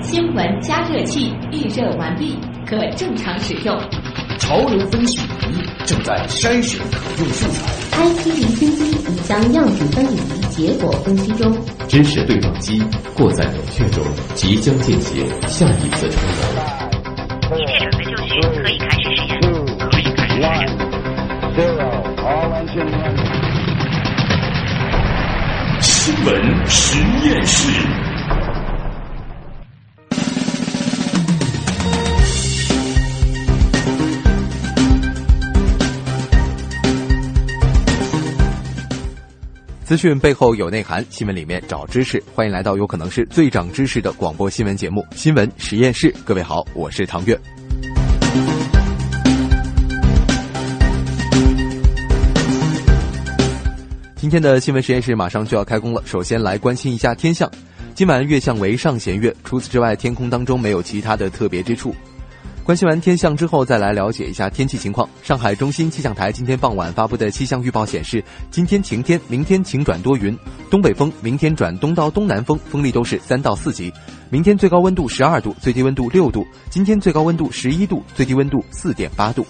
新闻加热器预热完毕，可正常使用。 潮流分析仪正在筛选可用素材。 IT 离心机已将样品分离，结果分析中。 知识对撞机过载冷却中，即将进行下一次成能。 今天准备就绪，可以开始实验。可以开始实验。 新闻实验室。 资讯背后有内涵，新闻里面找知识。欢迎来到有可能是最长知识的广播新闻节目《新闻实验室》。各位好，我是唐月。今天的新闻实验室马上就要开工了，首先来关心一下天象。今晚月相为上弦月，除此之外，天空当中没有其他的特别之处。关心完天象之后，再来了解一下天气情况。上海中心气象台今天傍晚发布的气象预报显示，今天晴天，明天晴转多云，东北风明天转东到东南风，风力都是3到4级。明天最高温度12度，最低温度6度；今天最高温度11度，最低温度4.8度。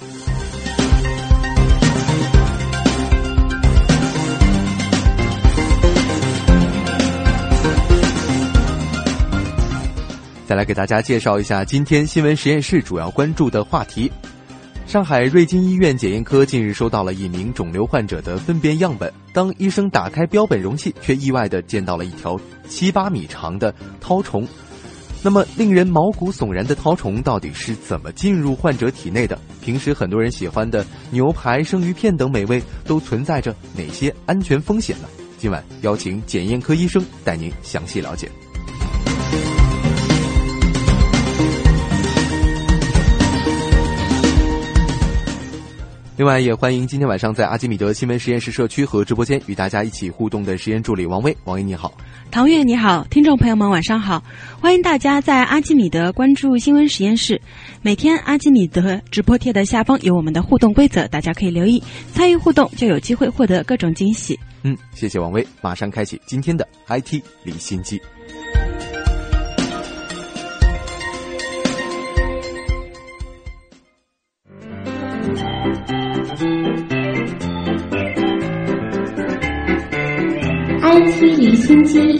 再来给大家介绍一下今天新闻实验室主要关注的话题。上海瑞金医院检验科近日收到了一名肿瘤患者的粪便样本，当医生打开标本容器，却意外地见到了一条7、8米长的绦虫。那么令人毛骨悚然的绦虫到底是怎么进入患者体内的？平时很多人喜欢的牛排、生鱼片等美味都存在着哪些安全风险呢？今晚邀请检验科医生带您详细了解。另外也欢迎今天晚上在阿基米德新闻实验室社区和直播间与大家一起互动的实验助理王威。王威你好。 唐月你好，听众朋友们晚上好，欢迎大家在阿基米德关注新闻实验室。每天阿基米德直播贴的下方有我们的互动规则，大家可以留意参与互动，就有机会获得各种惊喜。 谢谢王威，马上开启今天的 IT 离心机。 IT 离心机。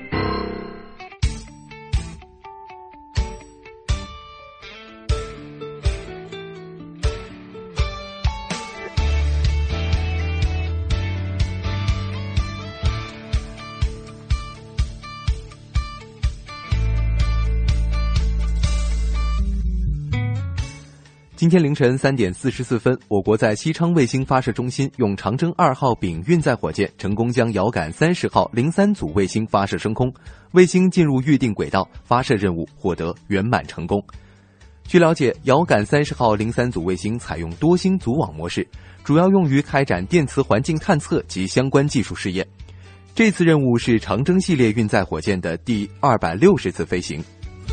今天凌晨3点44分，我国在西昌卫星发射中心用长征2号丙运载火箭成功将遥感30号03组卫星发射升空，卫星进入预定轨道，发射任务获得圆满成功。据了解，遥感30号03组卫星采用多星组网模式，主要用于开展电磁环境探测及相关技术试验。这次任务是长征系列运载火箭的第260次飞行。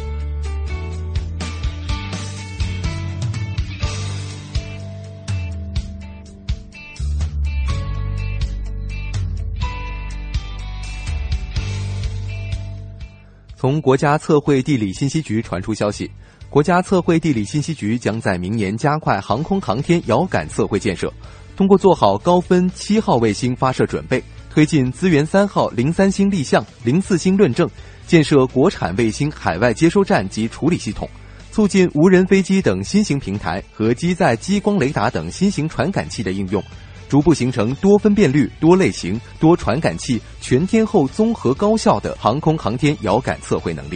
从国家测绘地理信息局传出消息，国家测绘地理信息局将在明年加快航空航天遥感测绘建设，通过做好高分7号卫星发射准备，推进资源3号03星立项、04星论证，建设国产卫星海外接收站及处理系统，促进无人飞机等新型平台和机载激光雷达等新型传感器的应用，逐步形成多分辨率、多类型、多传感器、全天候综合高效的航空航天遥感测绘能力。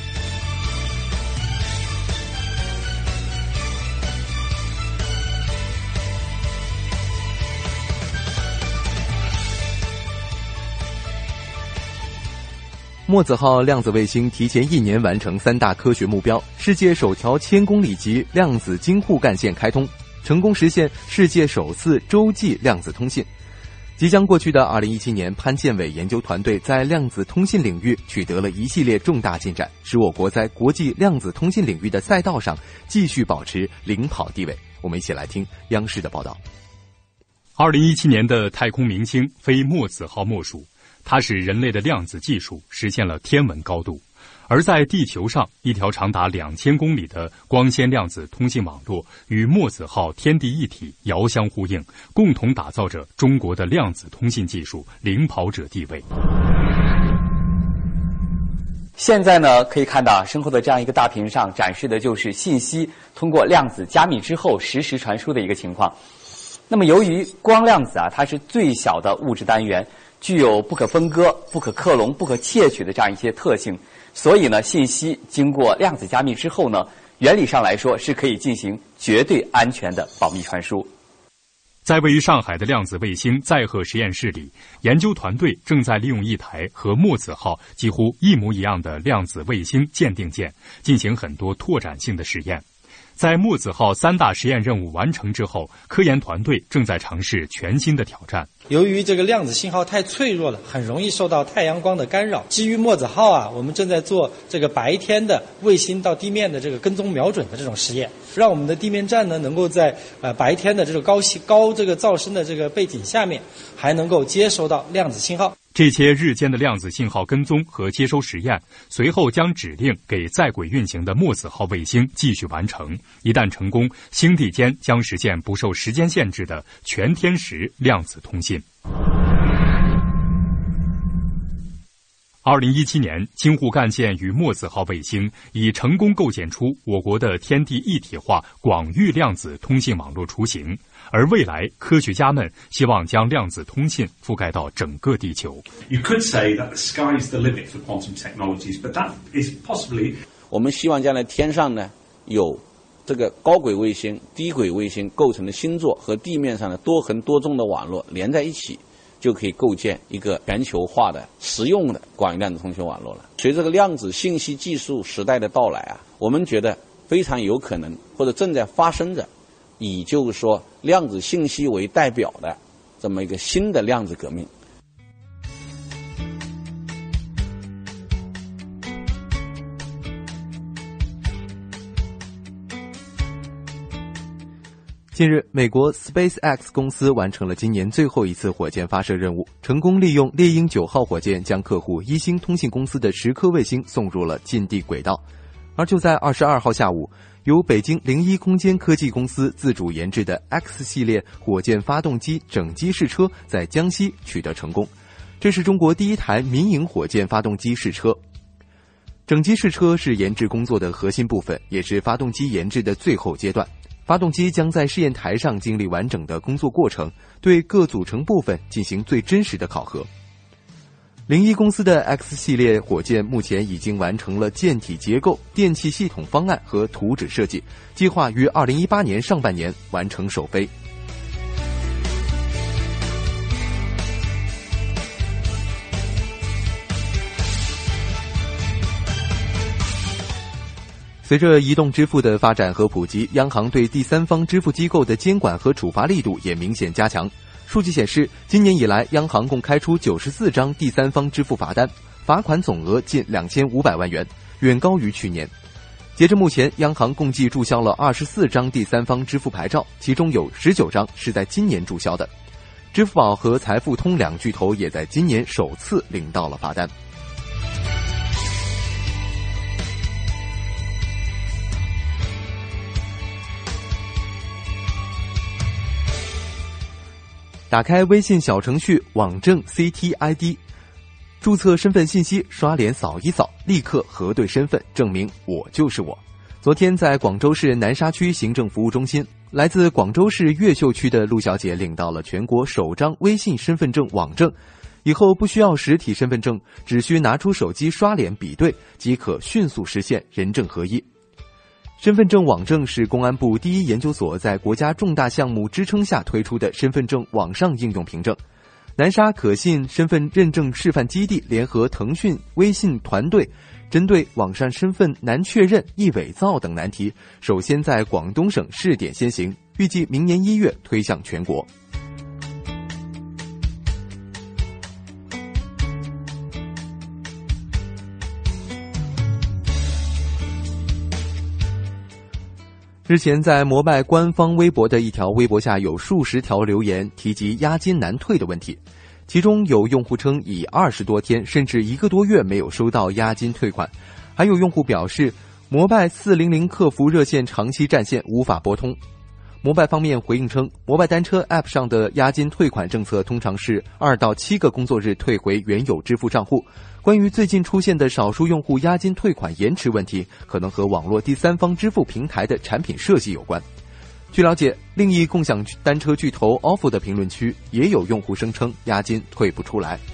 墨子号量子卫星提前1年完成3大科学目标，世界首条1000公里级量子京沪干线开通，成功实现世界首次洲际量子通信。即将过去的2017年，潘建伟研究团队在量子通信领域取得了一系列重大进展，使我国在国际量子通信领域的赛道上继续保持领跑地位。我们一起来听央视的报道。 2017年的太空明星非墨子号莫属，它使人类的量子技术实现了天文高度， 而在地球上，一条长达2000公里的光纤量子通信网络与墨子号天地一体遥相呼应，共同打造着中国的量子通信技术领跑者地位。 现在呢，可以看到身后的这样一个大屏上展示的就是信息通过量子加密之后实时传输的一个情况。那么由于光量子它是最小的物质单元，具有不可分割、不可克隆、不可窃取的这样一些特性，所以呢，信息经过量子加密之后呢，原理上来说是可以进行绝对安全的保密传输。 在位于上海的量子卫星载荷实验室里，研究团队正在利用一台和墨子号几乎一模一样的量子卫星鉴定件，进行很多拓展性的实验。在墨子号3大实验任务完成之后，科研团队正在尝试全新的挑战。 由于这个量子信号太脆弱了，很容易受到太阳光的干扰。基于墨子号我们正在做这个白天的卫星到地面的这个跟踪瞄准的这种实验，让我们的地面站呢能够在白天的这个高这个噪声的这个背景下面，还能够接收到量子信号。 这些日间的量子信号跟踪和接收实验，随后将指令给在轨运行的墨子号卫星继续完成。一旦成功，星地间将实现不受时间限制的全天时量子通信。2017年，京沪干线与墨子号卫星已成功构建出我国的天地一体化广域量子通信网络雏形，而未来科学家们希望将量子通信覆盖到整个地球。 You could say that the sky is the limit for quantum technologies, but that is possibly 我们希望将来天上呢有这个高轨卫星、低轨卫星构成的星座和地面上的多横多纵的网络连在一起，就可以构建一个全球化的实用的广域量子通讯网络了。随着这个量子信息技术时代的到来我们觉得非常有可能或者正在发生着，以就是说量子信息为代表的这么一个新的量子革命。 近日，美国 SpaceX 公司完成了今年最后一次火箭发射任务，成功利用猎鹰9号火箭将客户一星通信公司的10颗卫星送入了近地轨道。而就在22号下午，由北京01空间科技公司自主研制的 X 系列火箭发动机整机试车在江西取得成功，这是中国第一台民营火箭发动机试车。整机试车是研制工作的核心部分，也是发动机研制的最后阶段。发动机将在试验台上经历完整的工作过程，对各组成部分进行最真实的考核。01公司的 X 系列火箭目前已经完成了舰体结构、电气系统方案和图纸设计，计划于2018年上半年完成首飞。随着移动支付的发展和普及，央行对第三方支付机构的监管和处罚力度也明显加强。数据显示，今年以来，央行共开出94张第三方支付罚单，罚款总额近2500万元，远高于去年。截至目前，央行共计注销了24张第三方支付牌照，其中有19张是在今年注销的。支付宝和财付通两巨头也在今年首次领到了罚单。打开微信小程序网证 CTID， 注册身份信息，刷脸扫一扫，立刻核对身份，证明我就是我。昨天在广州市南沙区行政服务中心，来自广州市越秀区的陆小姐领到了全国首张微信身份证网证，以后不需要实体身份证，只需拿出手机刷脸比对，即可迅速实现人证合一。身份证网证是公安部第一研究所在国家重大项目支撑下推出的身份证网上应用凭证。南沙可信身份认证示范基地联合腾讯、微信团队，针对网上身份难确认、易伪造等难题，首先在广东省试点先行，预计明年1月推向全国。之前在摩拜官方微博的一条微博下有数十条留言提及押金难退的问题， 其中有用户称已20多天甚至1个多月没有收到押金退款，还有用户表示摩拜400客服热线长期占线无法拨通。摩拜方面回应称，摩拜单车 App 上的押金退款政策通常是2到7个工作日退回原有支付账户。关于最近出现的少数用户押金退款延迟问题，可能和网络第三方支付平台的产品设计有关。据了解，另一共享单车巨头 ofo 的评论区也有用户声称押金退不出来。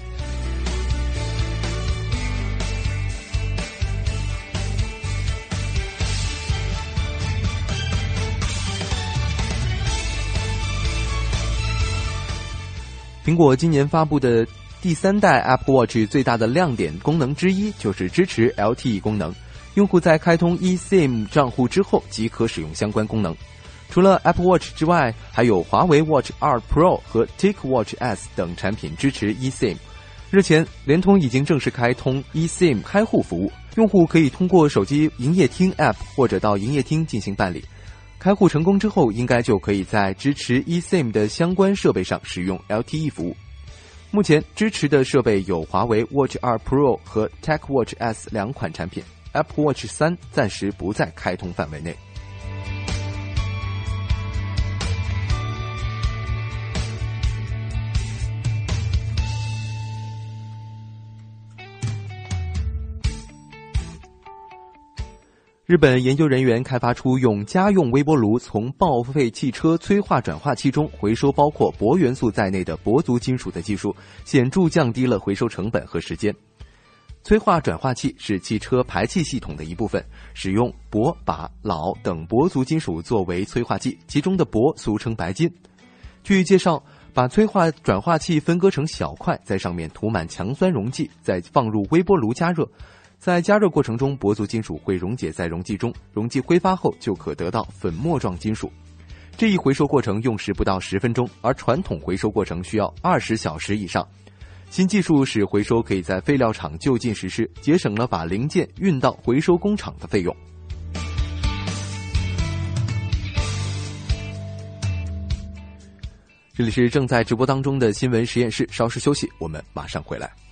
苹果今年发布的第3代 Apple Watch 最大的亮点功能之一就是支持 LTE 功能，用户在开通 eSIM 账户之后即可使用相关功能。除了 Apple Watch 之外，还有华为 Watch 2 Pro 和 TicWatch S 等产品支持 eSIM。日前，联通已经正式开通 eSIM 开户服务，用户可以通过手机营业厅 App 或者到营业厅进行办理。开户成功之后，应该就可以在支持 eSIM 的相关设备上使用 LTE 服务。目前支持的设备有华为 Watch 2 Pro 和 TicWatch S 2款产品， Apple Watch 3暂时不在开通范围内。日本研究人员开发出用家用微波炉从报废汽车催化转化器中回收包括铂元素在内的铂族金属的技术，显著降低了回收成本和时间。催化转化器是汽车排气系统的一部分，使用铂、钯、铨等铂族金属作为催化剂，其中的铂俗称白金。据介绍，把催化转化器分割成小块，在上面涂满强酸溶剂，再放入微波炉加热。在加热过程中，铂族金属会溶解在溶剂中，溶剂挥发后就可得到粉末状金属。这一回收过程用时不到10分钟，而传统回收过程需要20小时以上。新技术使回收可以在废料厂就近实施，节省了把零件运到回收工厂的费用。这里是正在直播当中的新闻实验室，稍事休息，我们马上回来。